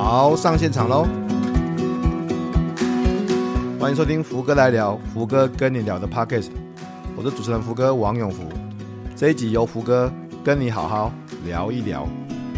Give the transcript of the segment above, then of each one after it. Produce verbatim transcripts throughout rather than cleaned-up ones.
好，上现场喽！欢迎收听福哥来聊，福哥跟你聊的 Podcast， 我是主持人福哥王永福。这一集由福哥跟你好好聊一聊。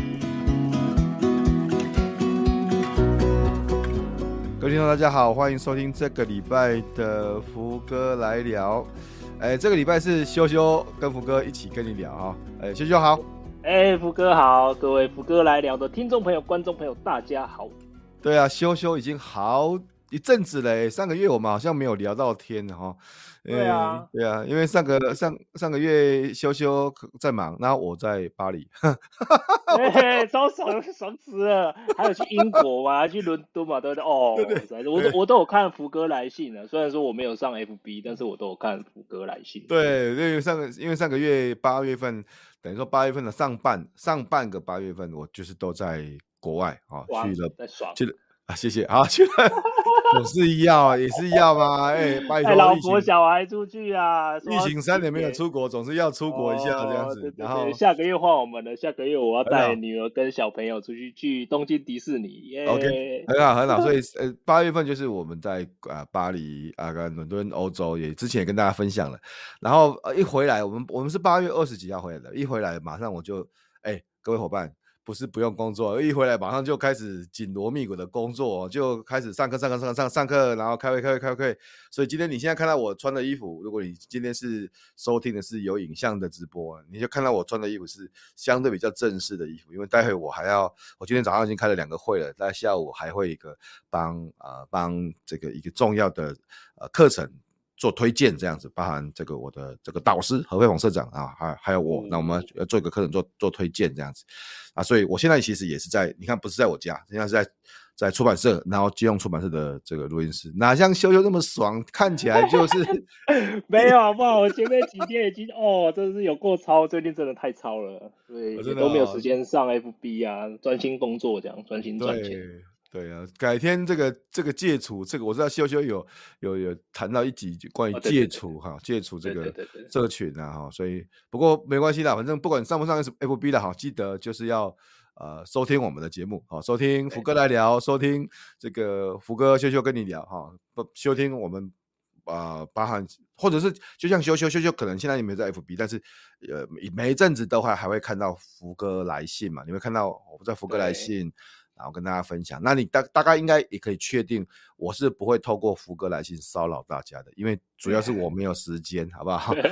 各位听众大家好，欢迎收听这个礼拜的福哥来聊。哎，这个礼拜是修修跟福哥一起跟你聊哈。哎，修修好。 哎，福哥好，各位福哥来聊的听众朋友、观众朋友，大家好。 对啊，修修已经好一阵子了，上个月我们好像没有聊到天哈。 对啊， 对啊，因为上个上上个月修修在忙，然后我在巴黎， 哎，超爽爽死了！还有去英国嘛，去伦敦嘛，对不对？哦， 对对我都我都有看福哥来信了，虽然说我没有上 F B， 但是我都有看福哥来信。 对，因为上个因为上个月八月份，等于说八月份的上半上半个八月份，我就是都在国外啊，去了在爽去了啊，谢谢啊，去了。总是要也是要嘛，哎、欸，拜托， 带老婆小孩出去啊！ 疫情三年没有出国，总是要出国一下这样子。 哦、对对对， 然后下个月换我们了，下个月我要带女儿跟小朋友出去去东京迪士尼。耶 OK， 很好很好。所以呃，八月份就是我们在啊、呃、巴黎啊、跟伦敦、欧洲，也之前也跟大家分享了。然后、呃、一回来，我们我们是八月二十几号回来的，一回来马上我就哎、欸，各位伙伴。不是不用工作，一回来马上就开始紧锣密鼓的工作，就开始上课上课上课上上课，然后开会开会开会。所以今天你现在看到我穿的衣服，如果你今天是收听的是有影像的直播，你就看到我穿的衣服是相对比较正式的衣服，因为待会我还要，我今天早上已经开了两个会了，在下午还会一个帮呃帮这个一个重要的呃课程。做推荐这样子，包含这个我的这个导师何佩凤社长啊，还还有我，那我们要做一个课程做做推荐这样子啊，所以我现在其实也是在，你看不是在我家，现在是在在出版社，然后金融出版社的这个录音室，哪像修修那么爽，看起来就是没有好不好？我前面几天已经哦，真的是有够超，最近真的太超了，对，也都没有时间上 F B 啊，专心工作这样，专心赚钱。 对啊，改天这个这个戒除这个，我知道修修有有有谈到一集关于戒除哈，戒除这个社群啊哈，所以不过没关系啦，反正不管上不上 F B 的好，记得就是要呃收听我们的节目，好收听福哥来聊，收听这个福哥修修跟你聊哈，不收听我们啊、呃，包含或者是就像修修修修，可能现在你没有在 F B， 但是呃每一阵子都还还会看到福哥来信嘛，你会看到我在福哥来信。然后跟大家分享，那你大大概应该也可以确定，我是不会透过福哥来信骚扰大家的，因为主要是我没有时间，好不好？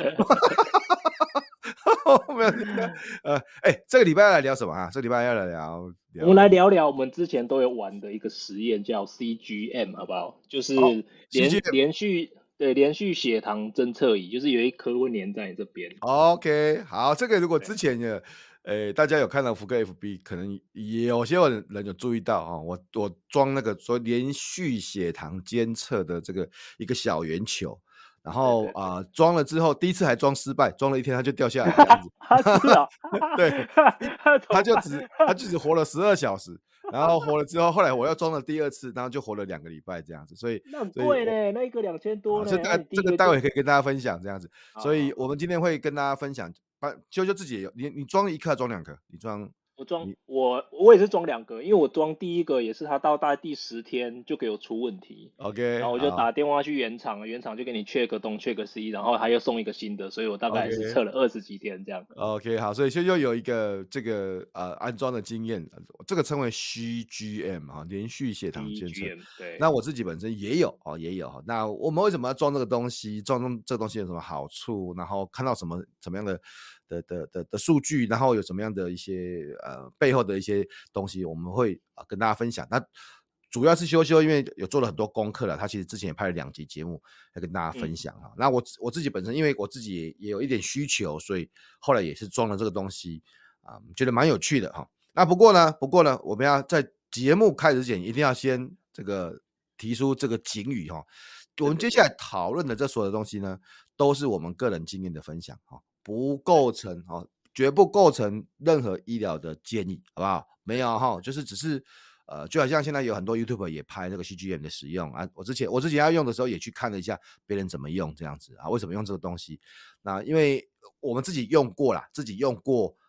没有呃，哎、欸，这个礼拜要来聊什么啊？这个礼拜要来聊， 聊，我们来聊聊我们之前都有玩的一个实验，叫 C G M， 好不好？就是连、哦、连续对连续血糖侦测仪，就是有一颗会粘在你这边。 OK， 好，这个如果之前有。诶，大家有看到福哥 F B， 可能也有些人有注意到啊、哦，我我装那个所谓连续血糖监测的这个一个小圆球，然后啊、呃、装了之后，第一次还装失败，装了一天它就掉下来这样子。 是啊， 对，他就只他就只活了十二小时，然后活了之后，后来我又装了第二次，然后就活了两个礼拜这样子，所以那很贵嘞，那一个两千多嘞。 这这个待会可以跟大家分享这样子，所以我们今天会跟大家分享。修修自己也有，你你装一颗装两颗？你装我装我我也是装两个，因为我装第一个也是他到大概第十天就给我出问题 ，OK， 然后我就打电话去原厂，原厂就给你 check 东 check 西，然后还要送一个新的，所以我大概是测了二十几天这样。 OK， 好，所以修修有一个这个呃安装的经验，这个称为 C G M 哈，连续血糖监测。 对， 那我自己本身也有哦，也有。那我们为什么要装这个东西？装这个东西有什么好处？然后看到什么什么样的的的的的数据？然后有什么样的一些呃背后的一些东西，我们会啊跟大家分享。那主要是修修，因为有做了很多功课了，他其实之前也拍了两集节目要跟大家分享哈、嗯。那我我自己本身，因为我自己 也, 也有一点需求，所以后来也是装了这个东西啊、嗯，觉得蛮有趣的哈。那不过呢，不过呢，我们要在节目开始之前，一定要先这个提出这个警语哈。我们接下来讨论的这所有的东西呢，都是我们个人经验的分享哈，不构成哈，绝不构成任何医疗的建议，好不好？没有哈，就是只是。呃，就好像现在有很多 YouTuber 也拍那个 C G M 的使用啊，我之前我之前要用的时候也去看了一下别人怎么用这样子啊，为什么用这个东西？那因为我们自己用过啦，自己用过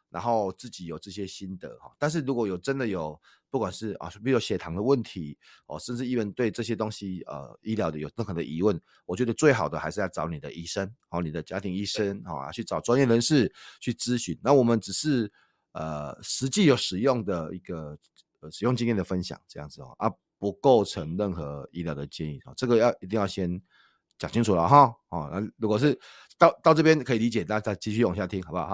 然后自己有这些心得哈。但是如果有真的有不管是啊，比如血糖的问题哦，甚至医院对这些东西呃医疗的有任何的疑问，我觉得最好的还是要找你的医生哦，你的家庭医生哦，去找专业人士去咨询。那我们只是呃实际有使用的一个呃使用经验的分享这样子哦啊。不构成任何医疗的建议，这个要一定要先讲清楚了哈。哦，那如果是到到这边可以理解，那再继续往下听，好不好？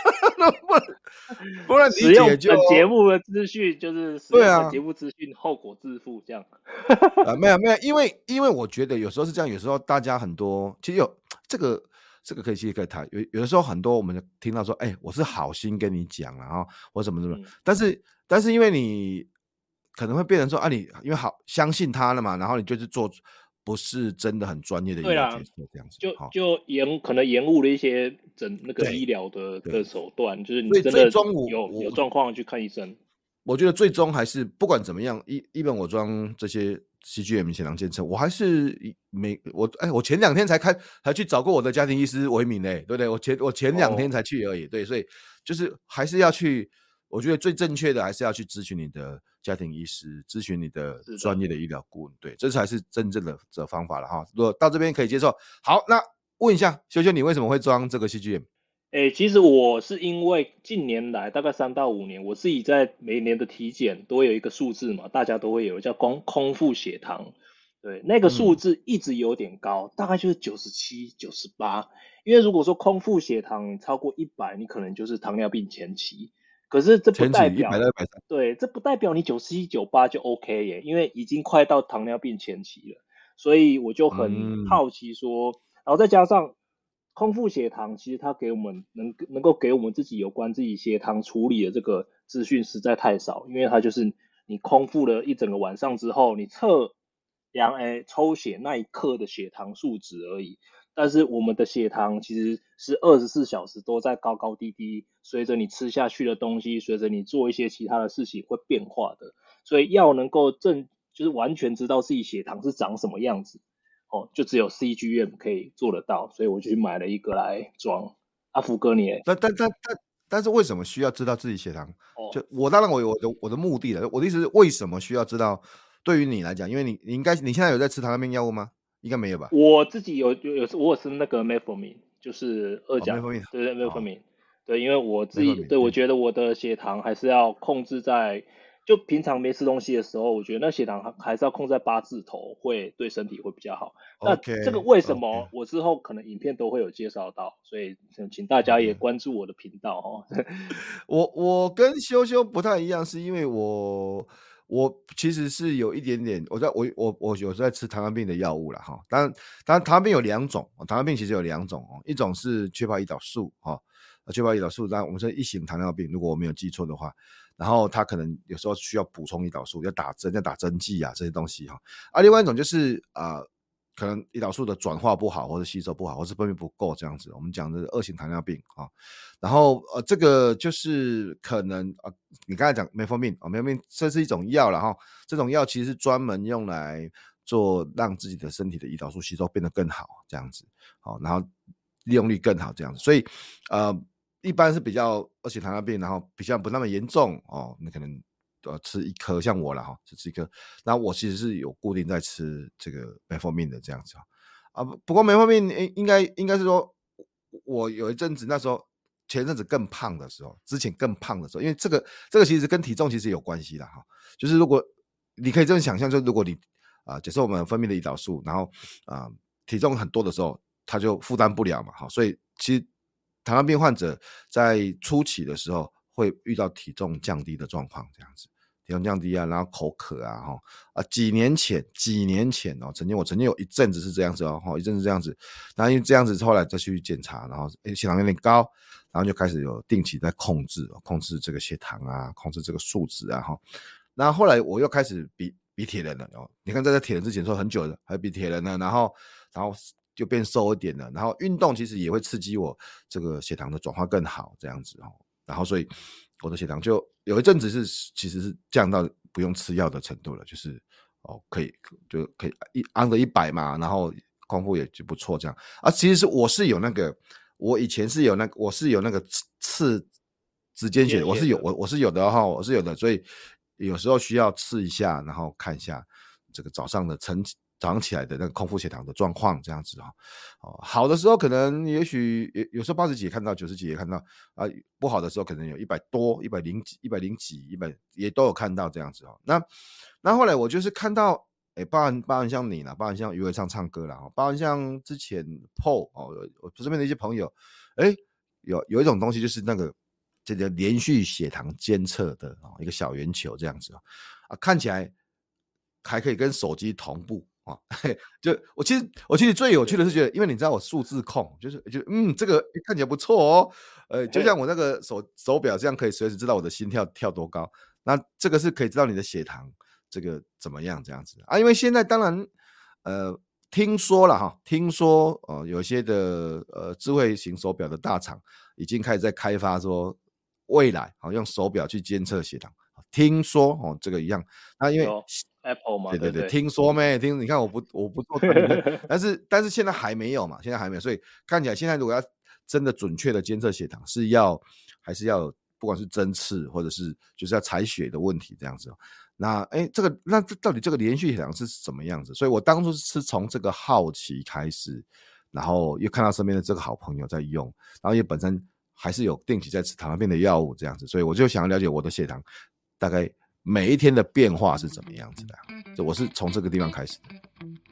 不然使用本节目的资讯就是使用本节目资讯，后果自负这样。 啊，没有没有，因为因为我觉得有时候是这样，有时候大家很多其实有这个这个可以其实可以谈，有有的时候很多我们听到说，哎、欸，我是好心跟你讲了哈，或什么什么，嗯、但是但是因为你。可能会变成说啊，你因为好相信他了嘛，然后你就是做不是真的很专业的医疗决策这样子， 就就延可能延误了一些整那个医疗的的手段，就是你真的有有状况去看医生。 我觉得最终还是不管怎么样，一一本我装这些 C G M 血糖监测，我还是没我哎，我前两天才开才去找过我的家庭医师维敏嘞，对不对？我前我前两天才去而已，哦、对，所以就是还是要去。我觉得最正确的还是要去咨询你的家庭医师，咨询你的专业的医疗顾问，对，这才是真正的这方法了哈。如果到这边可以接受，好，那问一下修修，你为什么会装这个 C G M？ 欸，其实我是因为近年来大概三到五年，我自己在每年的体检都会有一个数字嘛，大家都会有叫空空腹血糖，对，那个数字一直有点高，嗯、大概就是九十七、九十八。因为如果说空腹血糖超过一百，你可能就是糖尿病前期。可是这不代表，对，这不代表你九十一、九十八就 OK 耶，因为已经快到糖尿病前期了，所以我就很好奇说，嗯、然后再加上空腹血糖，其实它给我们能能够给我们自己有关自己血糖处理的这个资讯实在太少，因为它就是你空腹了一整个晚上之后，你测量诶抽血那一刻的血糖数值而已。但是我们的血糖其实是二十四小时都在高高低低，随着你吃下去的东西，随着你做一些其他的事情会变化的，所以要能够正就是完全知道自己血糖是长什么样子，哦，就只有 C G M 可以做得到，所以我就去买了一个来装。阿福哥你， 但但但但但是为什么需要知道自己血糖？哦，就我当然我有我的我的目的了，我的意思是为什么需要知道？对于你来讲，因为你你应该你现在有在吃糖尿病药物吗？应该没有吧？ 我自己有有有我有吃那个 metformin， 就是二甲，哦、对对 metformin，、哦、对，因为我自己对我觉得我的血糖还是要控制在，就平常没吃东西的时候，我觉得那血糖还是要控制在八字头，会对身体会比较好。那这个为什么我之后可能影片都会有介绍到，所以请大家也关注我的频道哦。 我我跟修修不太一样，是因为我。我其实是有一点点，我在我我我有在吃糖尿病的药物啦哈。当然，当然糖尿病有两种，糖尿病其实有两种哦，一种是缺乏胰岛素哈，缺乏胰岛素，当然我们是一型糖尿病，如果我没有记错的话，然后他可能有时候需要补充胰岛素，要打针、要打针剂啊这些东西哈。啊，另外一种就是啊、呃，可能胰岛素的转化不好，或者吸收不好，或是分泌不够这样子，我们讲的二型糖尿病啊。然后呃，这个就是可能呃，你刚才讲metformin啊，metformin这是一种药了哈。这种药其实是专门用来做让自己的身体的胰岛素吸收变得更好，这样子，好，然后利用率更好这样子。所以呃，一般是比较二型糖尿病，然后比较不那么严重哦，你可能呃吃一颗，像我了哈，吃一颗。那我其实是有固定在吃这个metformin的这样子啊。不过metformin应该应该是说，我有一阵子那时候。前阵子更胖的时候，之前更胖的时候，因为这个这个其实跟体重其实有关系啦哈。就是如果你可以这么想象，就是如果你啊、呃，假设我们分泌的胰岛素，然后啊、呃、体重很多的时候，它就负担不了嘛，哈。所以其实糖尿病患者在初期的时候会遇到体重降低的状况，这样子。体重降低啊，然后口渴啊，哈啊，几年前，几年前哦，曾经我曾经有一阵子是这样子哦，一阵子这样子，然后因为这样子，后来再去检查，然后诶血糖有点高，然后就开始有定期在控制，控制这个血糖啊，控制这个数值啊，哈。然后后来我又开始比比铁人了哦，你看在这铁人之前说很久了，还比铁人呢，然后然后就变瘦一点了，然后运动其实也会刺激我这个血糖的转化更好，这样子哦，然后所以。我的血糖就有一阵子是其实是降到不用吃药的程度了，就是哦可以就可以一按个一百嘛，然后空腹也就不错这样啊。其实是我是有那个，我以前是有那个，我是有那个刺指尖血，我是有， 的我我是有的哈，我是有的，所以有时候需要吃一下，然后看一下这个早上的晨早上起来的那个空腹血糖的状况，这样子哈。哦，好的时候可能也许有时候八十几也看到，九十几也看到啊，不好的时候可能有一百多、一百零几、一百零几、一百也都有看到这样子哈。那那后来我就是看到。哎，包含包含像你啦，包含像余伟唱唱歌啦，包含像之前 Paul 哦，我身边的一些朋友，哎，有有一种东西就是那个这个连续血糖监测的哦，一个小圆球这样子啊，看起来还可以跟手机同步啊。就我其实我其实最有趣的是觉得，因为你知道我数字控，就是就嗯这个看起来不错哦，呃，就像我那个手手表这样可以随时知道我的心跳跳多高，那这个是可以知道你的血糖。这个怎么样？这样子啊？因为现在当然，呃，听说了哈，听说呃，有些的呃智慧型手表的大厂已经开始在开发说未来好、哦、用手表去监测血糖。听说哦，这个一样。那因为 Apple 嘛， 对对对， 对对听说没听？你看我不我不做产品，但是但是现在还没有嘛，现在还没有，所以看起来现在如果要真的准确的监测血糖，是要还是要不管是针刺或者是就是要采血的问题这样子。那哎，这个那这到底这个连续血糖是什么样子？所以我当初是从这个好奇开始，然后又看到身边的这个好朋友在用，然后也本身还是有定期在吃糖尿病的药物这样子，所以我就想要了解我的血糖大概每一天的变化是怎么样子的。就我是从这个地方开始的。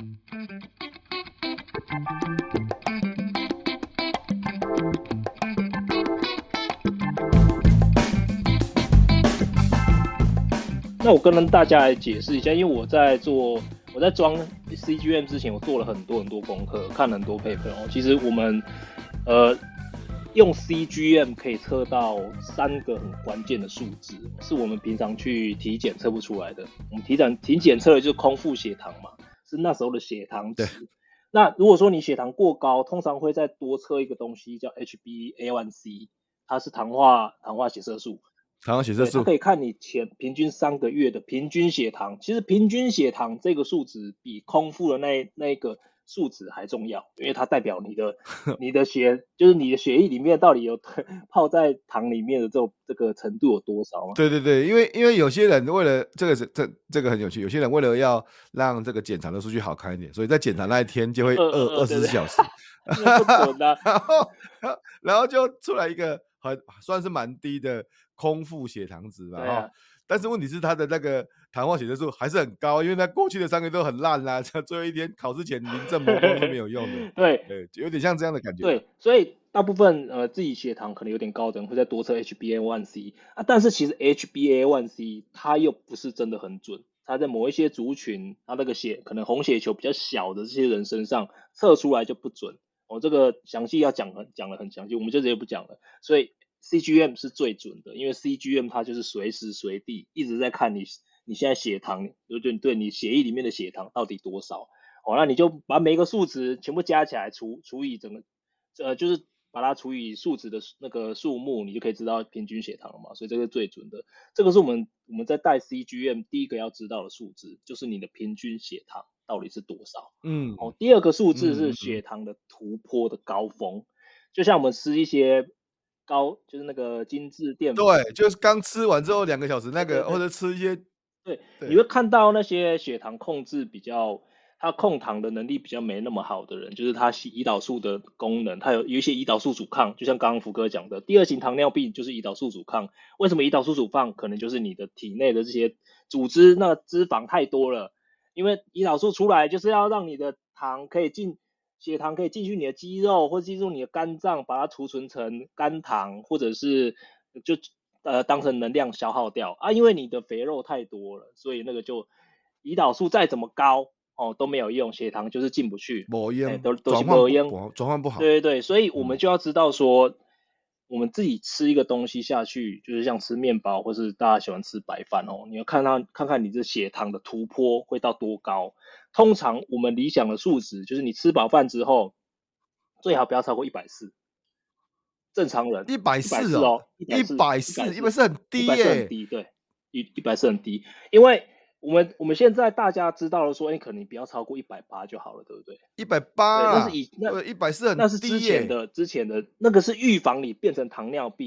那我跟大家来解释一下，因为我在做我在装 C G M 之前，我做了很多很多功课，看了很多 paper 哦。其实我们呃用 C G M 可以测到三个很关键的数字，是我们平常去体检测不出来的。我们体检体检测的就是空腹血糖嘛，是那时候的血糖值。那如果说你血糖过高，通常会再多测一个东西叫 H b A one C， 它是糖化糖化血色素。 糖化血色素， 它可以看你前平均三个月的平均血糖。其实平均血糖这个数值比空腹的那那个数值还重要，因为它代表你的你的血就是你的血液里面到底有泡在糖里面的这种这个程度有多少嘛？ 对对对，因为因为有些人为了这个是这这个很有趣，有些人为了要让这个检查的数据好看一点，所以在检查那一天就会饿二十四小时， 不准啊、 然后然后就出来一个很算是蛮低的空腹血糖值吧， 啊、 但是问题是他的那个糖化血色素还是很高，因为他过去的三个月都很烂啦、啊，最后一天考试前临阵磨光是没有用的。 对对，有点像这样的感觉。 对，所以大部分呃自己血糖可能有点高的人会再多测 H b A one C 啊，但是其实 H b A one C 它又不是真的很准，它在某一些族群，它那个血可能红血球比较小的这些人身上测出来就不准。哦，这个详细要讲很讲的很详细，我们就直接不讲了。所以 C G M 是最准的，因为 C G M 它就是随时随地一直在看你你现在血糖，就对对你血液里面的血糖到底多少。哦，那你就把每一个数值全部加起来除除以整个，呃，就是把它除以数值的那个数目，你就可以知道平均血糖了嘛。所以这个是最准的。这个是我们我们在带 C G M 第一个要知道的数字，就是你的平均血糖到底是多少。 嗯， 哦，第二个数字是血糖的突破的高峰，嗯、就像我们吃一些高，就是那个精致淀粉， 对，就是刚吃完之后两个小时那个， 对对对或者吃一些。 对，你会看到那些血糖控制比较，他控糖的能力比较没那么好的人，就是他胰岛素的功能，他有有一些胰岛素阻抗，就像刚刚福哥讲的，第二型糖尿病就是胰岛素阻抗。为什么胰岛素阻抗？可能就是你的体内的这些组织那脂肪太多了，因为胰岛素出来就是要让你的糖可以进，血糖可以进去你的肌肉或进入你的肝脏，把它储存成肝糖，或者是就。呃，当成能量消耗掉啊，因为你的肥肉太多了，所以那个就胰岛素再怎么高哦都没有用，血糖就是进不去， 哎， 都都是没用， 转换不好。 对对对，所以我们就要知道说，嗯、我们自己吃一个东西下去，就是像吃面包，或是大家喜欢吃白饭哦，你要看看看看你这血糖的突破会到多高。通常我们理想的数值就是你吃饱饭之后，最好不要超过一百四。正常人一百四哦，一百四，一百四很低耶， 一百四很低，对，一一百四很低，因为我们我们现在大家知道了说，哎，可能不要超过一百八就好了，对不对？ 一百八， 那是以那一百四很低耶， 那是之前的之前的那个是预防你变成糖尿病，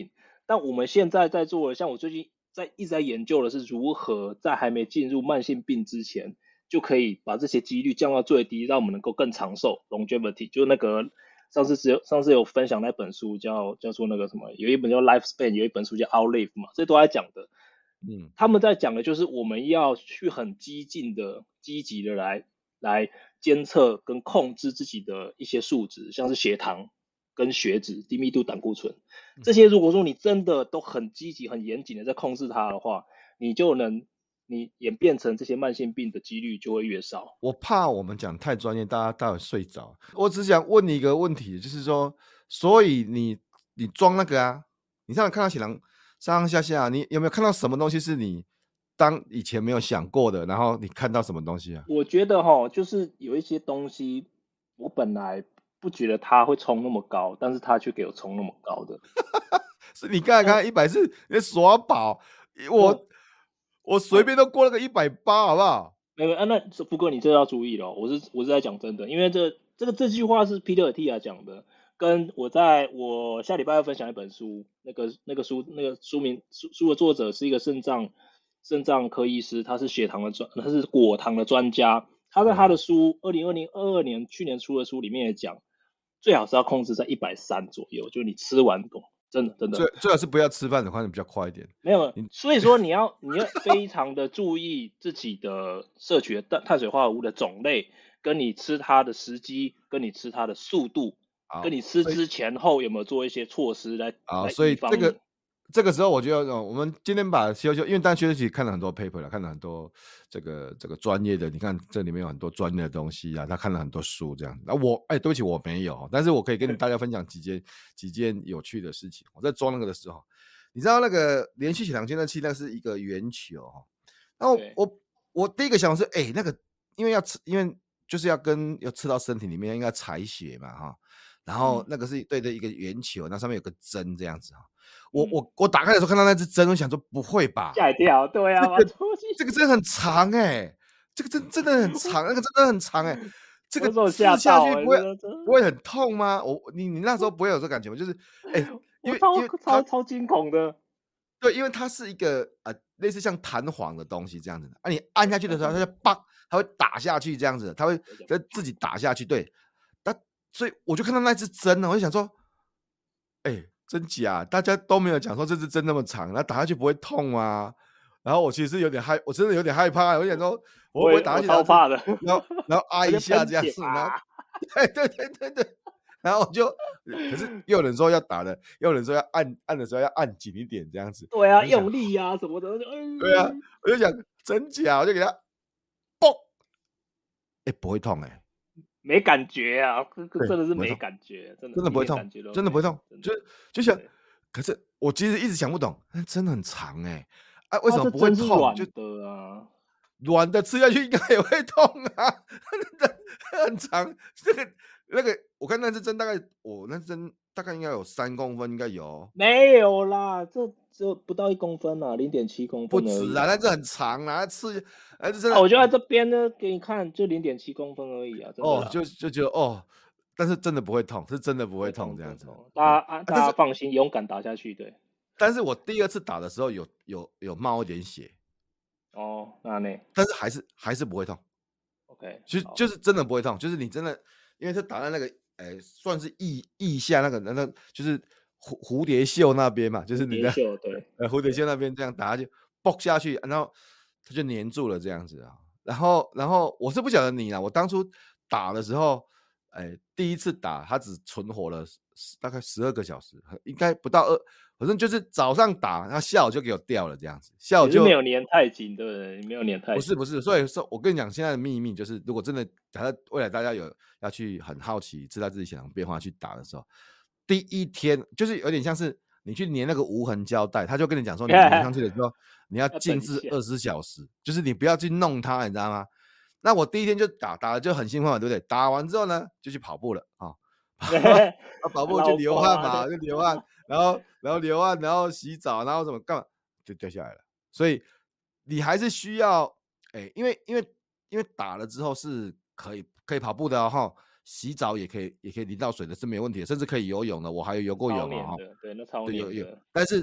但我们现在在做的，像我最近在一直在研究的是如何在还没进入慢性病之前，就可以把这些几率降到最低，让我们能够更长寿 （longevity）。就那个上次只有上次有分享那本书叫叫做那个什么，有一本叫 Lifespan， 有一本书叫 Outlive 嘛，这都在讲的。嗯，他们在讲的就是我们要去很激进的、积极的来来监测跟控制自己的一些数值，像是血糖跟血脂、低密度胆固醇这些。如果说你真的都很积极、很严谨的在控制它的话，你就能你演变成这些慢性病的几率就会越少。 我怕我们讲太专业，大家待会睡着。我只想问你一个问题，就是说，所以你你装那个啊，你上次看到血糖上上下下，你有没有看到什么东西是你当以前没有想过的？然后你看到什么东西啊？ 我觉得哈，就是有一些东西，我本来不觉得它会冲那么高，但是它却给我冲那么高的。 是你刚才看一百四，你耍宝，我我随便都过了个一百八，好不好？ 没有啊，那不过你这要注意了，我是我是在讲真的，因为这这个这句话是皮特尔蒂亚讲的，跟我在我下礼拜要分享一本书，那个那个书那个书名书书的作者是一个肾脏肾脏科医师，他是血糖的专他是果糖的专家，他在他的书二零二零二二年去年出的书里面也讲，最好是要控制在一百三左右，就你吃完懂。真的真的， 最最好是不要吃饭的话，比较快一点。 没有，所以说你要你要非常的注意自己的摄取的碳水化合物的种类，跟你吃它的时机，跟你吃它的速度，跟你吃之前后有没有做一些措施来啊，所以这个这个时候我觉得，我们今天把修修，因为当然学习看了很多 paper 了，看了很多这个这个专业的，你看这里面有很多专业的东西啊，他看了很多书这样。那我哎，对不起，我没有，但是我可以跟大家分享几件几件有趣的事情。我在装那个的时候，你知道那个连续血糖监测器那是一个圆球哈，然后我我第一个想法是，哎，那个因为要吃，因为就是要跟要吃到身体里面，应该采血嘛哈。然后那个是对着一个圆球，那上面有个针这样子哈。我我我打开的时候看到那只针，我想说不会吧？ 吓一跳，对啊， 这个这个针很长哎、欸，这个针真的很长，那个真的很长哎、欸，这个吃下去不会不会很痛吗？我你你那时候不会有这感觉吗？就是哎、欸，因为因为超超惊恐的， 对，因为它是一个呃类似像弹簧的东西这样子的，啊，你按下去的时候，它就砰，它会打下去这样子，它会自己打下去，对，那所以我就看到那只针呢，我就想说，哎、欸。真假？大家都没有讲说这支针那么长，那打下去不会痛吗？然后我其实有点害，我真的有点害怕。我想说，我会不会打下去？ 超怕的。 然后，然后啊一下这样子，然后，对对对对对，然后我就，可是又有人说要打的，又有人说要按按的时候要按紧一点这样子。 对啊，用力啊什么的。 对啊，我就想真假，我就给他，嘣，哎，不会痛哎、欸。 没感觉啊，真的是没感觉，真的真的不会痛，真的不会痛，就就想，可是我其实一直想不懂，那真的很长哎、欸，啊为什么不会痛？ 就的啊， 软的吃下去应该也会痛啊，很长，这个那个我看那支针大概，我那针大概应该有三公分，应该有， 没有啦，这只有不到一公分啊，零点七公分不止啊，那这很长啊，吃，哎，这真的、 啊，我就在这边呢，给你看，就零点七公分而已啊，真的哦，就就觉得哦，但是真的不会痛，是真的不会痛这样子， 大家啊，大家放心，勇敢打下去，对。 但是我第二次打的时候有有有冒一点血， 哦，那呢？ 但是还是还是不会痛。 OK， 就就是真的不会痛，就是你真的，因为它打在那个，哎、欸，算是腋腋下那个，那个就是蝴蝴蝶袖那边嘛，就是你的蝴蝶袖，对， 呃，蝴蝶袖那边这样打下去，爆下去，然后它就粘住了这样子啊。然后，然后我是不晓得你啦，我当初打的时候，哎、欸，第一次打它只存活了大概十二个小时，应该不到二。反正就是早上打，然后下午就给我掉了这样子，下午就没有粘太紧，对不对？没有粘太紧。 不是不是，所以说我跟你讲，现在的秘密就是，如果真的假设未来大家有要去很好奇知道自己血糖变化去打的时候，第一天就是有点像是你去粘那个无痕胶带，他就跟你讲说，你粘上去的时候你要静置二十小时，就是你不要去弄它，你知道吗？那我第一天就打打了就很兴奋嘛，对不对？打完之后呢，就去跑步了啊。跑步就流汗嘛，就流汗，然后然后流汗，然后洗澡，然后怎么干嘛就掉下来了。所以你还是需要，哎、欸，因为因为因为打了之后是可以可以跑步的哈、哦，洗澡也可以也可以淋到水的是没问题的，甚至可以游泳的，我还有游过泳哦。 对，那超黏的。 但是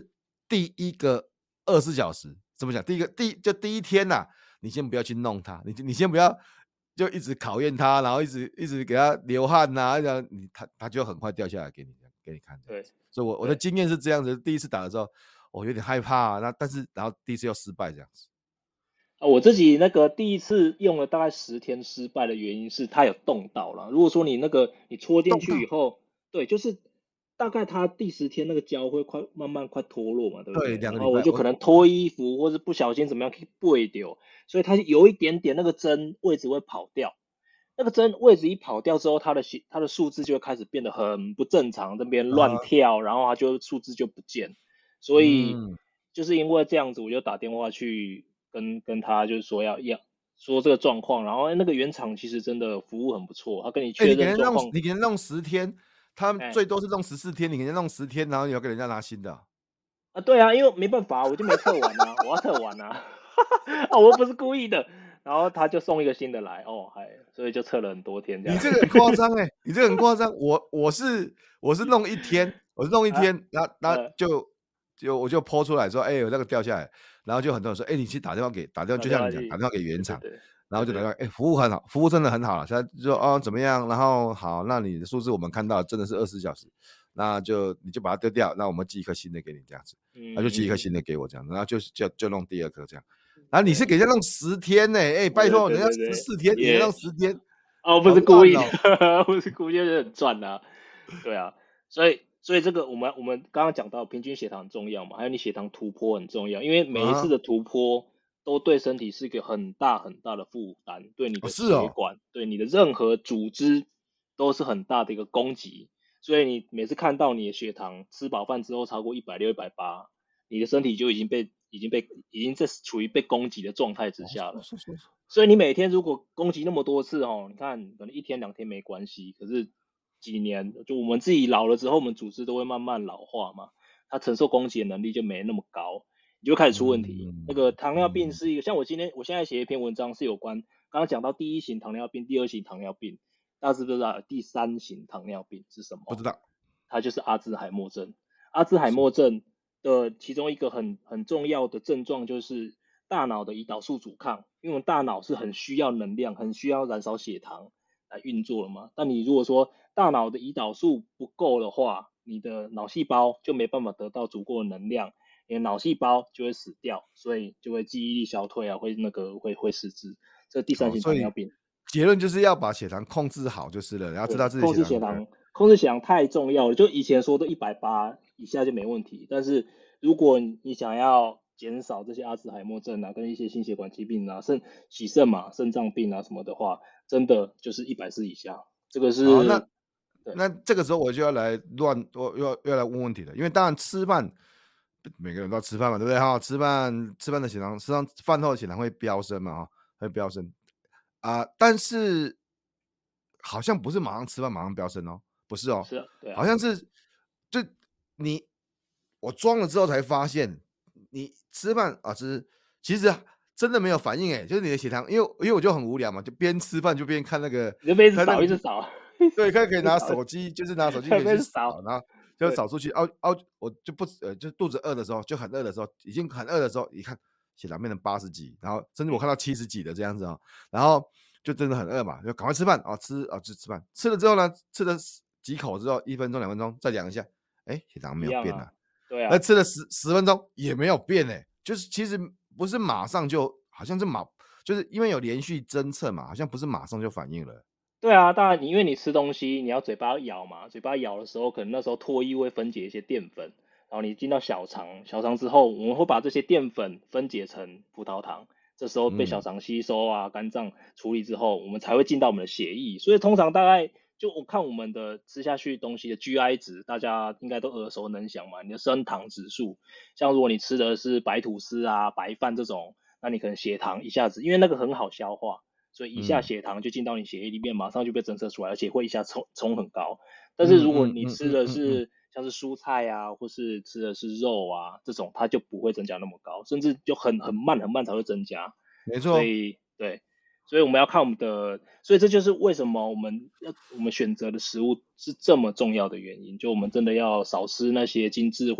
第一个二十四小时怎么讲？第一个第就第一天呐、啊，你先不要去弄它，你你先不要就一直考验它，然后一直一直给它流汗呐、啊，你它它就很快掉下来给你给你看这样子。所以我我的经验是这样子，第一次打的时候，我有点害怕、啊，那但是然后第一次又失败这样子。 啊，我自己那个第一次用了大概十天失败的原因是它有冻到了。如果说你那个你戳进去以后，对，就是大概它第十天那个胶会快慢慢快脱落嘛，对不对， 对？ 两个礼拜我然后我就可能脱衣服，或是不小心怎么样背丢，所以它有一点点那个针位置会跑掉。那个针位置一跑掉之后，它的它的数字就会开始变得很不正常，这边乱啊， 跳，然后它就数字就不见。所以嗯， 就是因为这样子，我就打电话去跟跟他，就是说要要说这个状况，然后那个原厂其实真的服务很不错，他跟你哎、欸确你给人弄认状况， 你给人弄十天，他哎最多是弄十四天，你给人弄十天，然后你要给人家拿新的啊、 啊对啊，因为没办法，我就没测完啊，我要测完啊，啊我又不是故意的，然后他就送一个新的来，哦还所以就测了很多天这样， 你这个很夸张哎，你这个很夸张。我我是我是弄一天，我是弄一啊天，然后然后呃就就我就 po 出来说，哎、欸，有那个掉下来，然后就很多人说，哎、欸，你去打电话给打电话， 打就像你讲， 电话去， 打电话给原厂， 对对对对对， 然后就打电话，哎、欸，服务很好，服务真的很好了。他就说哦怎么样，然后好，那你的数字我们看到真的是二十四小时，那就你就把它丢掉，那我们寄一颗新的给你这样子，他就寄一颗嗯嗯， 新的给我这样子，然后就就就弄第二颗这样。然后你是对给人家弄十天呢、欸，哎、欸，拜对托，人家对对对， 十四天，你给人家也弄十天， 哦，不好是故意的， 烂哦、 不是故意，就是很赚啊。对啊，所以所以这个我们我们刚刚讲到平均血糖很重要嘛，还有你血糖突破很重要，因为每一次啊， 的突破都对身体是一个很大很大的负担，对你哦的是哦， 血管，对你的任何组织都是很大的一个攻击。所以你每次看到你的血糖吃饱饭之后超过一百六、一百八，你的身体就已经被已经被已经在处于被攻击的状态之哦下了。 是是是， 所以你每天如果攻击那么多次哦，你看可能一天两天没关系，可是几年就我们自己老了之后，我们组织都会慢慢老化嘛，它承受攻击的能力就没那么高，你就开始出问题。那个嗯糖尿病嗯， 是一个，像我今天我现在写一篇文章是有关，刚刚讲到第一型糖尿病、第二型糖尿病，大家知不知道第三型糖尿病是什么？ 不知道它就是阿兹海默症。阿兹海是默症的其中一个很很重要的症状就是大脑的胰岛素阻抗，因为我们大脑是很需要能量、很需要燃烧血糖来运作的嘛。但你如果说大脑的胰岛素不够的话，你的脑细胞就没办法得到足够的能量，你的脑细胞就会死掉，所以就会记忆力消退啊，会那个会会失智。这第三哦， 型所以糖尿病。 结论就是要把血糖控制好就是了，然后知道对， 自己控血糖的制血糖，控制血糖太重要了。就以前说的一百八以下就没问题，但是如果你想要减少这些阿兹海默症啊，跟一些心血管疾病啊、肾洗肾嘛、肾脏病啊什么的话，真的就是一百四以下。这个好，那是对那这个时候我就要来乱，我又要又要来问问题了，因为当然吃饭，每个人都要吃饭嘛，对不对哈？吃饭吃饭的血糖，吃上饭后的血糖会飙升嘛，哈，会飙升啊、但是好像不是马上吃饭马上飙升哦，不是哦， 是啊，对啊， 好像是就你我装了之后才发现，你吃饭啊吃，其实真的没有反应哎，就是你的血糖，因为因为我就很无聊嘛，就边吃饭就边看那个你就被一直看那个扫，一直扫， 对，可以可以拿一直扫， 手机，就是拿手机可以被去扫， 一直扫， 然后就对， 扫出去。哦哦，我就不呃，就肚子饿的时候，就很饿的时候，已经很饿的时候，一看血糖变成八十几，然后甚至我看到七十几的这样子哦，然后就真的很饿嘛，就赶快吃饭哦，吃哦就吃饭，吃了之后呢，吃了几口之后，一分钟两分钟再量一下，哎，血糖没有变啊， 一样啊，对啊。 那吃了十十分钟也没有变哎，就是其实不是马上就，好像是马，就是因为有连续侦测嘛，好像不是马上就反应了。 对啊，当然你因为你吃东西，你要嘴巴咬嘛，嘴巴咬的时候，可能那时候唾液会分解一些淀粉，然后你进到小肠，小肠之后，我们会把这些淀粉分解成葡萄糖，这时候被小嗯， 肠吸收啊，肝脏处理之后，我们才会进到我们的血液。所以通常大概就我看我们的吃下去东西的 G I 值，大家应该都耳熟能详嘛，你的升糖指数，像如果你吃的是白吐司啊、白饭这种，那你可能血糖一下子，因为那个很好消化。所以一下嗯， 血糖就进到你血液里面，马上就被侦测出来，而且会一下冲冲很高。但是如果嗯嗯你吃嗯嗯嗯嗯， 的是像是蔬菜啊，或是吃的是肉啊，这种它就不会增加那么高，甚至就很很慢很慢才会增加。所没错。 以对，所以我们要看我们的，所以这就是为什么我们要我们选择的食物是这么重要的原因。就我们真的要少吃那些精致会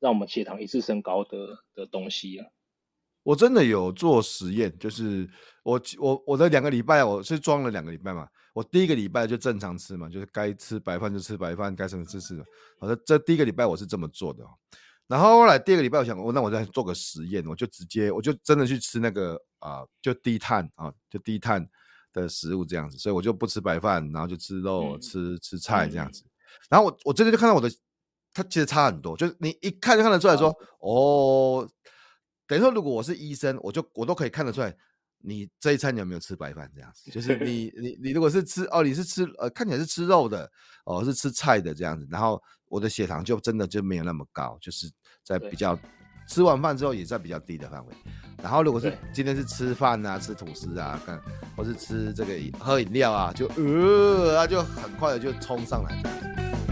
让我们血糖一次升高的的东西啊。 我真的有做实验，就是我我我的两个礼拜，我是装了两个礼拜嘛。我第一个礼拜就正常吃嘛，就是该吃白饭就吃白饭，该什么吃吃的。好的，这第一个礼拜我是这么做的。然后后来第二个礼拜，我想，我那我再做个实验，我就直接我就真的去吃那个啊、呃，就低碳啊，就低碳的食物这样子，所以我就不吃白饭，然后就吃肉、嗯、吃吃菜这样子。然后我我真的就看到我的，它其实差很多，就是你一看就看得出来说，哦。等于说，如果我是医生，我就我都可以看得出来，你这一餐有没有吃白饭这样子。就是你你你如果是吃哦，你是吃呃看起来是吃肉的哦，是吃菜的这样子，然后我的血糖就真的就没有那么高，就是在比较吃完饭之后也在比较低的范围。然后如果是今天是吃饭啊、吃吐司啊，或是吃这个喝饮料啊，就呃啊就很快的就冲上来这样子。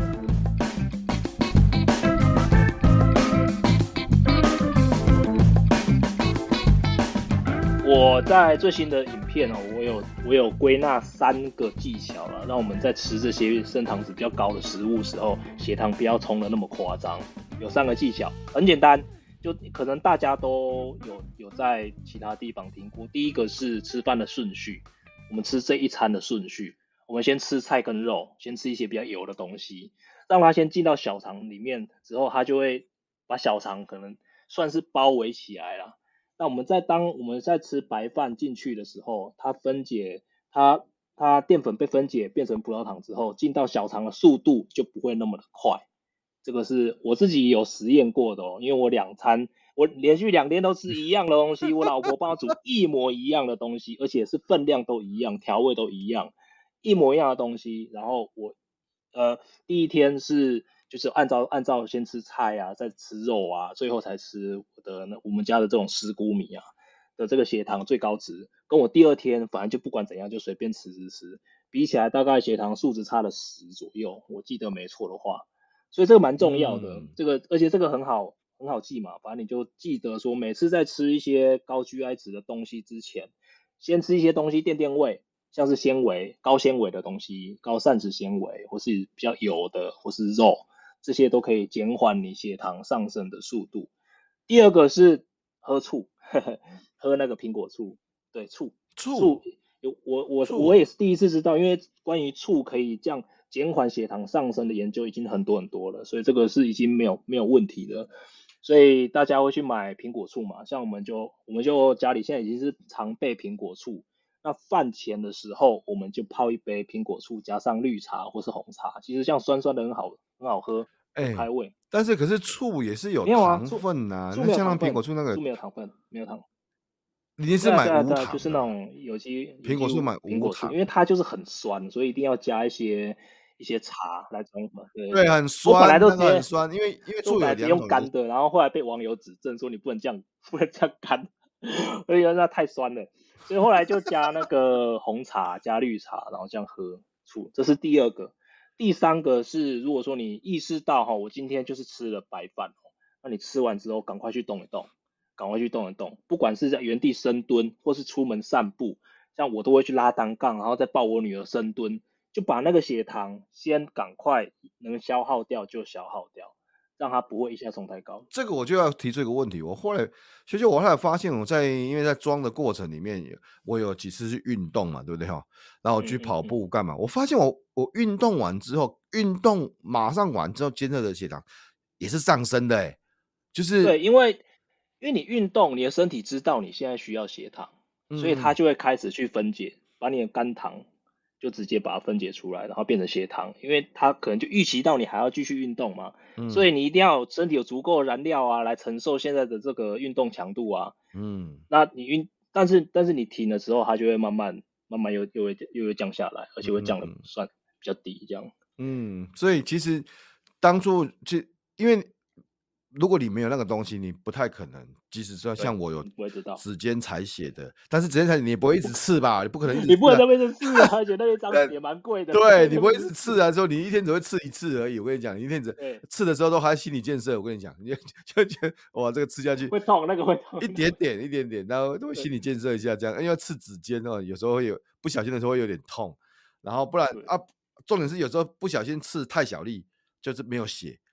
我在最新的影片哦，我有我有归纳三个技巧了，让我们在吃这些升糖值比较高的食物时候，血糖不要冲得那么夸张。有三个技巧，很简单，就可能大家都有有在其他地方听过。第一个是吃饭的顺序，我们吃这一餐的顺序，我们先吃菜跟肉，先吃一些比较油的东西，让它先进到小肠里面之后，它就会把小肠可能算是包围起来了。那我们在当我们在吃白饭进去的时候，它分解它它淀粉被分解变成葡萄糖之后，进到小肠的速度就不会那么的快。这个是我自己有实验过的哦，因为我两餐我连续两天都吃一样的东西，我老婆帮我煮一模一样的东西，而且是分量都一样，调味都一样，一模一样的东西。然后我呃第一天是就是按照按照先吃菜啊，再吃肉啊，最后才吃我的我们家的这种石谷米啊的这个血糖最高值，跟我第二天反正就不管怎样就随便吃吃吃，比起来大概血糖数值差了十左右，我记得没错的话，所以这个蛮重要的，嗯、这个而且这个很好很好记嘛，反正你就记得说每次在吃一些高 G I 值的东西之前，先吃一些东西垫垫胃。像是纤维、高纤维的东西、高膳食纤维，或是比较油的，或是肉，这些都可以减缓你血糖上升的速度。第二个是喝醋，呵呵喝那个苹果醋，对，醋， 醋， 有我我我也是第一次知道，因为关于醋可以这样减缓血糖上升的研究已经很多很多了，所以这个是已经没有没有问题的。所以大家会去买苹果醋嘛？像我们就我们就家里现在已经是常备苹果醋。那饭前的时候，我们就泡一杯苹果醋，加上绿茶或是红茶，其实这样酸酸的很好，很好喝，很开胃。 欸、但是可是醋也是有糖分呐、啊，那像苹果醋那个醋没有糖分，没有糖。 一定是买无糖的， 就是那种有机苹果醋买苹果醋，因为它就是很酸，所以一定要加一些一些茶来中和。对对，很酸， 我本来都直接、 那个、很酸，因为因为醋有两种， 用干的，然后后来被网友指正说你不能这样，不能这样干，所以那太酸了。所以后来就加那个红茶加绿茶，然后这样喝醋，这是第二个。第三个是，如果说你意识到哈，我今天就是吃了白饭，那你吃完之后赶快去动一动，赶快去动一动，不管是在原地深蹲或是出门散步，像我都会去拉单杠，然后再抱我女儿深蹲，就把那个血糖先赶快能消耗掉就消耗掉。让它不会一下冲太高。 这个我就要提出一个问题，我后来其实我后来发现，我在因为在装的过程里面，我有几次去运动嘛，对不对哈？然后我去跑步干嘛？嗯嗯嗯我发现我我运动完之后，运动马上完之后监测的血糖也是上升的、欸，就是对，因为因为你运动，你的身体知道你现在需要血糖，嗯嗯所以它就会开始去分解，把你的肝糖就直接把它分解出来，然后变成血糖，因为它可能就预期到你还要继续运动嘛，嗯、所以你一定要身体有足够的燃料啊，来承受现在的这个运动强度啊。嗯，那你运，但是但是你停的时候，它就会慢慢慢慢又又会又会降下来，而且会降的算比较低这样。 嗯，所以其实当初就因为。如果你没有那个东西，你不太可能。即使说像我有指尖采血的，但是指尖采血你也不会一直刺吧？你不可能一直刺、啊， 你不能一直刺啊！而且那一张也蛮贵的。 对，你不会一直刺啊，说你一天只会刺一次而已。我跟你讲，你一天只刺的时候都还心理建设。我跟你讲，你就就觉得哇，这个刺下去会痛，那个会痛， 一点点一点点，然后都会心理建设一下，这样因为刺指尖哦，有时候会有不小心的时候会有点痛，然后不然啊，重点是有时候不小心刺太小力，就是没有血。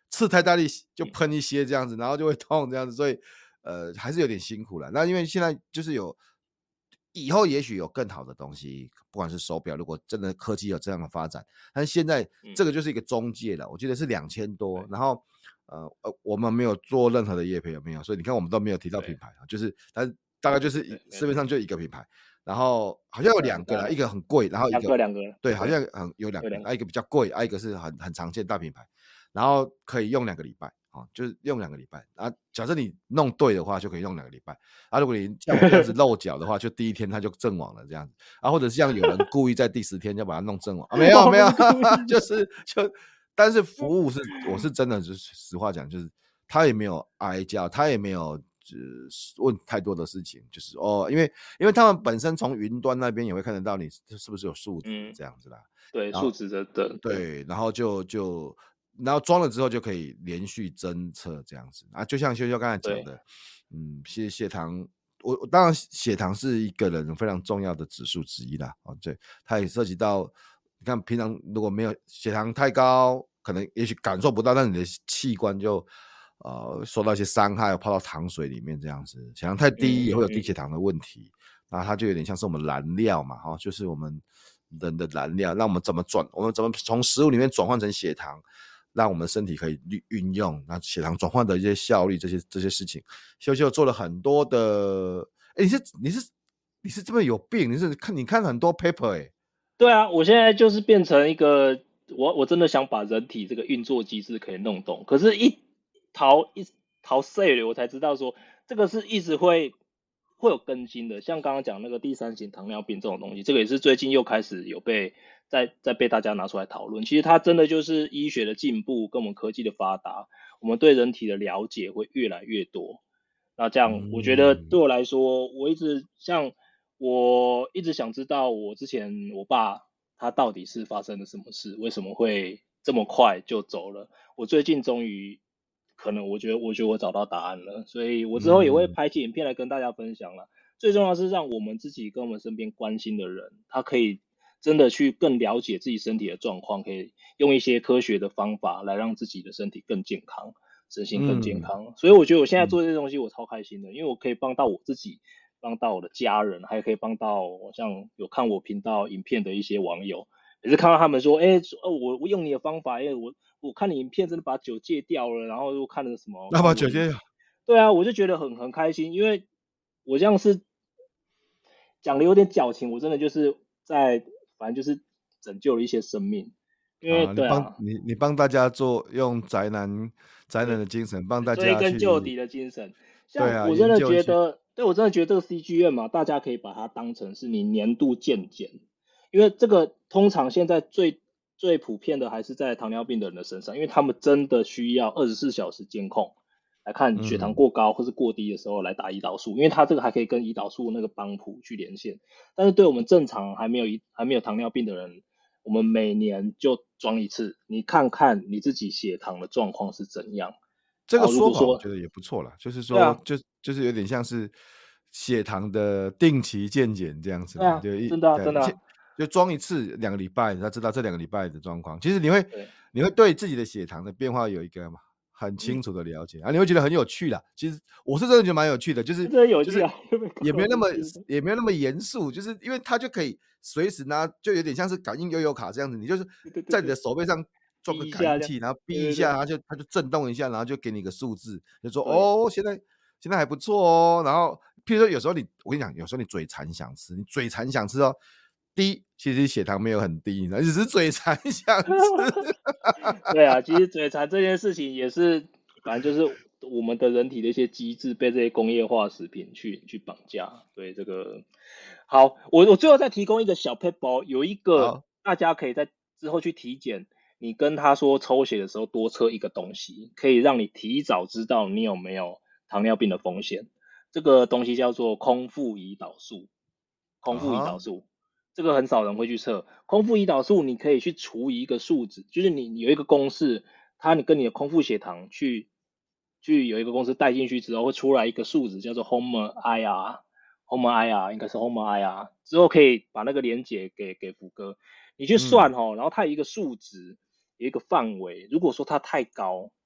刺太大力就嗯喷一些这样子，然后就会痛这样子，所以呃还是有点辛苦了。那因为现在就是有以后也许有更好的东西，不管是手表，如果真的科技有这样的发展，但是现在嗯， 这个就是一个中介了，我记得是两千多， 对然后呃呃我们没有做任何的业配有没有？所以你看我们都没有提到品对牌，就是但是大概就是对，没错， 市面上就一个品牌，然后好像有对啊， 两个啦，一当然个很贵，然后一个两个两个， 对，好对， 像很有两个， 有两个， 啊一个比较贵，啊一个是很很常见大品牌，然后可以用两个礼拜。哦，就是用两个礼拜啊。假设你弄对的话，就可以用两个礼拜啊。如果你像我这样子漏脚的话，就第一天它就阵亡了这样子啊。或者是像有人故意在第十天就把它弄阵亡啊，没有没有， 我不是故意的， 就是就，但是服务是我是真的，就是实话讲，就是他也没有哀叫，他也没有就是问太多的事情，就是哦，因为因为他们本身从云端那边也会看得到你是不是有数值嗯， 这样子啦。 对， 然后数值的的，对， 对，然后就就然后装了之后就可以连续侦测这样子啊，就像修修刚才讲对， 的，嗯，血血糖，我我当然血糖是一个人非常重要的指数之一啦，哦，对，它也涉及到，你看平常如果没有血糖太高，可能也许感受不到，但你的器官就呃受到一些伤害，泡到糖水里面这样子，血糖太低也会有低嗯嗯嗯， 血糖的问题，那它就有点像是我们燃料嘛，哈、哦，就是我们人的燃料，那我们怎么转，我们怎么从食物里面转换成血糖，让我们身体可以运用，那血糖转换的一些效率，这些这些事情，秀秀做了很多的，哎，你是你是你是这么有病，你是看你看很多 paper 哎、欸， 对啊，我现在就是变成一个，我我真的想把人体这个运作机制可以弄懂，可是一逃一逃碎了，我才知道说这个是一直会会有更新的，像刚刚讲那个第三型糖尿病这种东西，这个也是最近又开始有被在在被大家拿出来讨论。其实它真的就是医学的进步跟我们科技的发达，我们对人体的了解会越来越多。那这样，我觉得嗯对我来说，我一直像我一直想知道，我之前我爸他到底是发生了什么事，为什么会这么快就走了？我最近终于可能，我觉得我觉得我找到答案了，所以我之后也会嗯拍起影片来跟大家分享了。最重要的是让我们自己跟我们身边关心的人，他可以真的去更了解自己身体的状况，可以用一些科学的方法来让自己的身体更健康。身心更健嗯康，所以我觉得我现在嗯， 做这些东西我超开心的，因为我可以帮到我自己，帮到我的家人，还可以帮到像有看我频道影片的一些网友，也是看到他们说，哎、哦，我我用你的方法，哎、我我看你影片真的把酒戒掉了，然后又看了什么， 那看我影， 把酒精对啊，我就觉得很很开心，因为我这样是讲的有点矫情，我真的就是在反正就是拯救了一些生命，因为啊，你帮对啊， 你你帮大家做用宅男宅男对。 的精神帮大追家去， 根究底的精神。 对啊， 像我真的研究一些， 觉得，对我真的觉得这个 C G M 嘛，大家可以把它当成是你年度健检，因为这个通常现在最最普遍的还是在糖尿病的人的身上，因为他们真的需要二十四小时监控来看血糖嗯过高或是过低的时候来打胰岛素，因为它这个还可以跟胰岛素那个帮谱去连线。但是对我们正常还没有胰还没有糖尿病的人，我们每年就装一次，你看看你自己血糖的状况是怎样。然这个后如果说说法我觉得也不错啦，就是对啊， 说，就就是有点像是血糖的定期健检这样子嘛， 对啊， 就一真的啊， 对一切真的啊， 就装一次两个礼拜，他知道这两个礼拜的状况。其实你会对， 你会对自己的血糖的变化有一个嘛很清嗯， 楚的了解啊，你会觉得很有趣啦。其实我是真的觉得蛮有趣的，就是真的有就是趣啊，有没有也没有那么有趣的？ 也没有那么严肃，就是因为它就可以随时拿，就有点像是感应悠游卡这样子，你就是在你的对对对对， 手背上装个逼一下这样， 感应器，然后逼一下， 对对对它就它就震动一下，然后就给你一个数字，就说对哦，现在现在还不错哦。然后譬如说有时候你，我跟你讲，有时候你嘴馋想吃，你嘴馋想吃哦，第一其实血糖没有很低，你只是嘴馋想吃。 对啊，其实嘴馋这件事情也是，反正就是我们的人体的一些机制被这些工业化食品去去绑架。对这个，好，我我最后再提供一个小 p a p e 有一个好， 大家可以在之后去体检，你跟他说抽血的时候多测一个东西，可以让你提早知道你有没有糖尿病的风险。这个东西叫做空腹胰岛素，空腹胰岛啊哈， 素。这个很少人会去测。空腹胰岛素你可以去除以一个数值，就是你你有一个公式，它你跟你的空腹血糖去去有一个公式带进去之后，会出来一个数值叫做 Homer I R，Homer I R 应该是 Homer I R，之后可以把那个连接给给福哥，你去算嗯哦，然后它有一个数值，有一个范围，如果说它太高，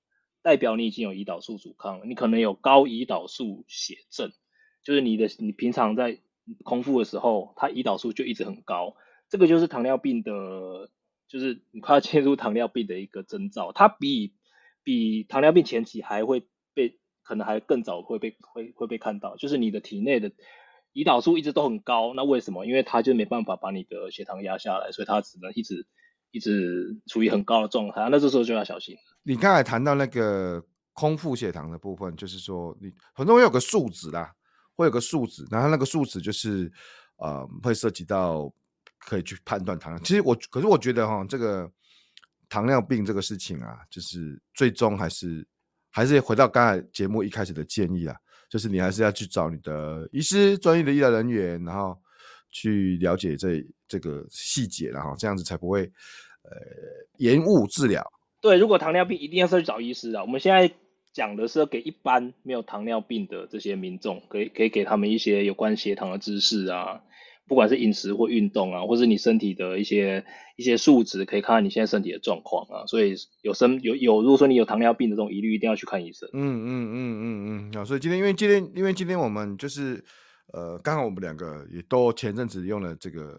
代表你已经有胰岛素阻抗了，你可能有高胰岛素血症，就是你的你平常在空腹的时候，它胰岛素就一直很高，这个就是糖尿病的，就是你快要进入糖尿病的一个征兆，它比比糖尿病前期还会被，可能还更早会被会会被看到，就是你的体内的胰岛素一直都很高，那为什么？因为它就没办法把你的血糖压下来，所以它只能一直一直处于很高的状态，那这时候就要小心。 你刚才谈到那个空腹血糖的部分，就是说你很多人有个数值啦，会有个数值，然后那个数值就是呃会涉及到可以去判断糖尿。其实我可是我觉得哈，这个糖尿病这个事情啊，就是最终还是还是回到刚才节目一开始的建议啊，就是你还是要去找你的医师、专业的医疗人员，然后去了解这这个细节，然后这样子才不会呃延误治疗。 对，如果糖尿病一定要去找医师啊。我们现在讲的是要给一般没有糖尿病的这些民众，可以可以给他们一些有关血糖的知识啊，不管是饮食或运动啊，或是你身体的一些一些数值，可以看看你现在身体的状况啊。所以有生有有，如果说你有糖尿病的这种疑虑，一定要去看医生。 嗯嗯嗯嗯嗯。好，所以今天因为今天因为今天我们就是呃，刚好我们两个也都前阵子用了这个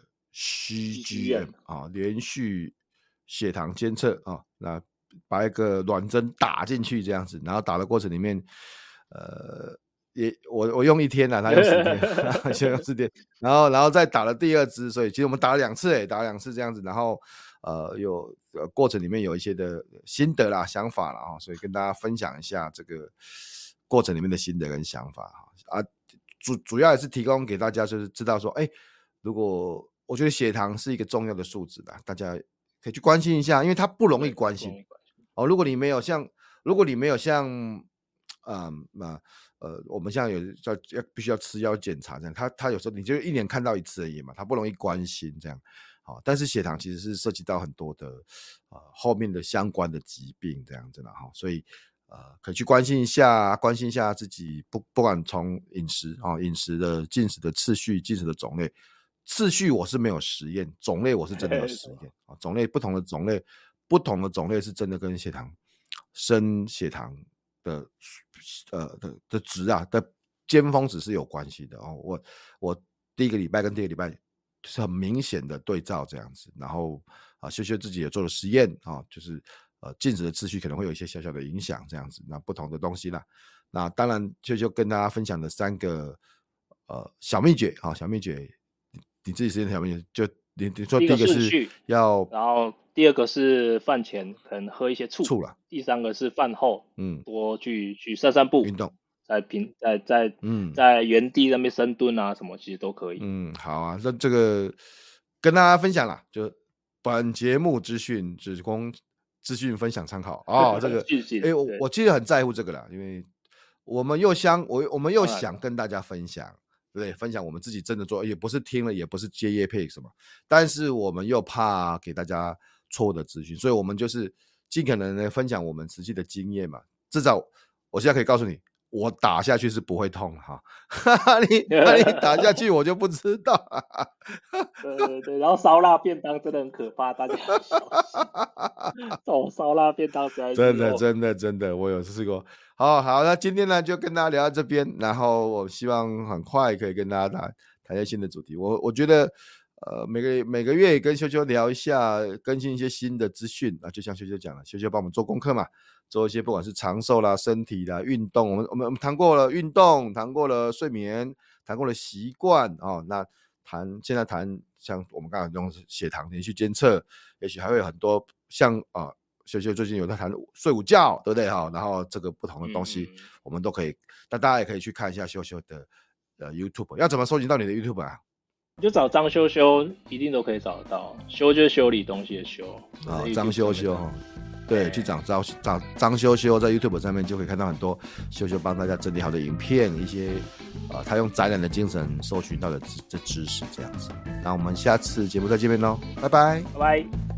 C G M 啊，连续血糖监测啊，那把一个软针打进去这样子，然后打的过程里面，呃，也我我用一天啦，他用十天，先用十天，然后然后再打了第二支，所以其实我们打了两次诶，打了两次这样子，然后呃有呃过程里面有一些的心得啦、想法啦啊，所以跟大家分享一下这个过程里面的心得跟想法啊，主主要也是提供给大家，就是知道说，哎，如果我觉得血糖是一个重要的数值啦，大家可以去关心一下，因为它不容易关心。哦，如果你没有像，如果你没有像，嗯，那呃，我们现在有要要必须要吃药检查这样，他他有时候你就一年看到一次而已嘛，他不容易关心这样。好，但是血糖其实是涉及到很多的呃后面的相关的疾病这样子啦哈，所以呃可以去关心一下，关心一下自己不不管从饮食啊、哦、饮食的进食的次序、进食的种类，次序我是没有实验，种类我是真的有实验啊，种类不同的种类。不同的种类是真的跟血糖、升血糖的呃的的值啊的尖峰值是有关系的哦。我我第一个礼拜跟第二个礼拜是很明显的对照这样子，然后啊秀秀自己也做了实验啊，就是呃进食的次序可能会有一些小小的影响这样子，那不同的东西啦。那当然秀秀跟大家分享的三个呃小秘诀啊，小秘诀，你自己实验小秘诀就。你你说第一个是要， 然后第二个是饭前可能喝一些醋， 醋了。 第三个是饭后， 嗯， 多去去散散步， 运动， 在平在在嗯在原地那边深蹲啊什么，其实都可以。 嗯，好啊，那这个跟大家分享啦，就本节目资讯只供资讯分享参考哦。这个，哎、欸，我我其实很在乎这个啦，因为我们又想我我们又想跟大家分享。对，分享我们自己真的做，也不是听了，也不是接业配什么，但是我们又怕给大家错误的资讯，所以我们就是尽可能的分享我们实际的经验嘛。至少我现在可以告诉你，我打下去是不会痛哈，你那你打下去我就不知道。 对对对，然后烧腊便当真的很可怕，大家要小心。这种烧腊便当真的真的真的，我有试过。好好，那今天呢就跟大家聊到这边，然后我希望很快可以跟大家谈谈一些新的主题。我我觉得，呃，每个每个月也跟修修聊一下，更新一些新的资讯啊。就像修修讲了，修修帮我们做功课嘛，做一些不管是长寿啦、身体啦、运动，我们我们我们谈过了运动，谈过了睡眠，谈过了习惯哦。那谈现在谈像我们刚才用血糖连续监测，也许还会有很多像啊。呃秀秀最近有在谈睡午觉，对不对哈？然后这个不同的东西，嗯、我们都可以，那大家也可以去看一下秀秀的呃 YouTube， 要怎么收集到你的 YouTube 啊？ 就找张修修，一定都可以找得到。修就是修理东西的修啊，张修修哈，对，去找张找张修修，在 YouTube 上面就可以看到很多修修帮大家整理好的影片，一些呃他用展览的精神搜寻到的知知识这样子。那我们下次节目再见面喽，拜拜， 拜拜。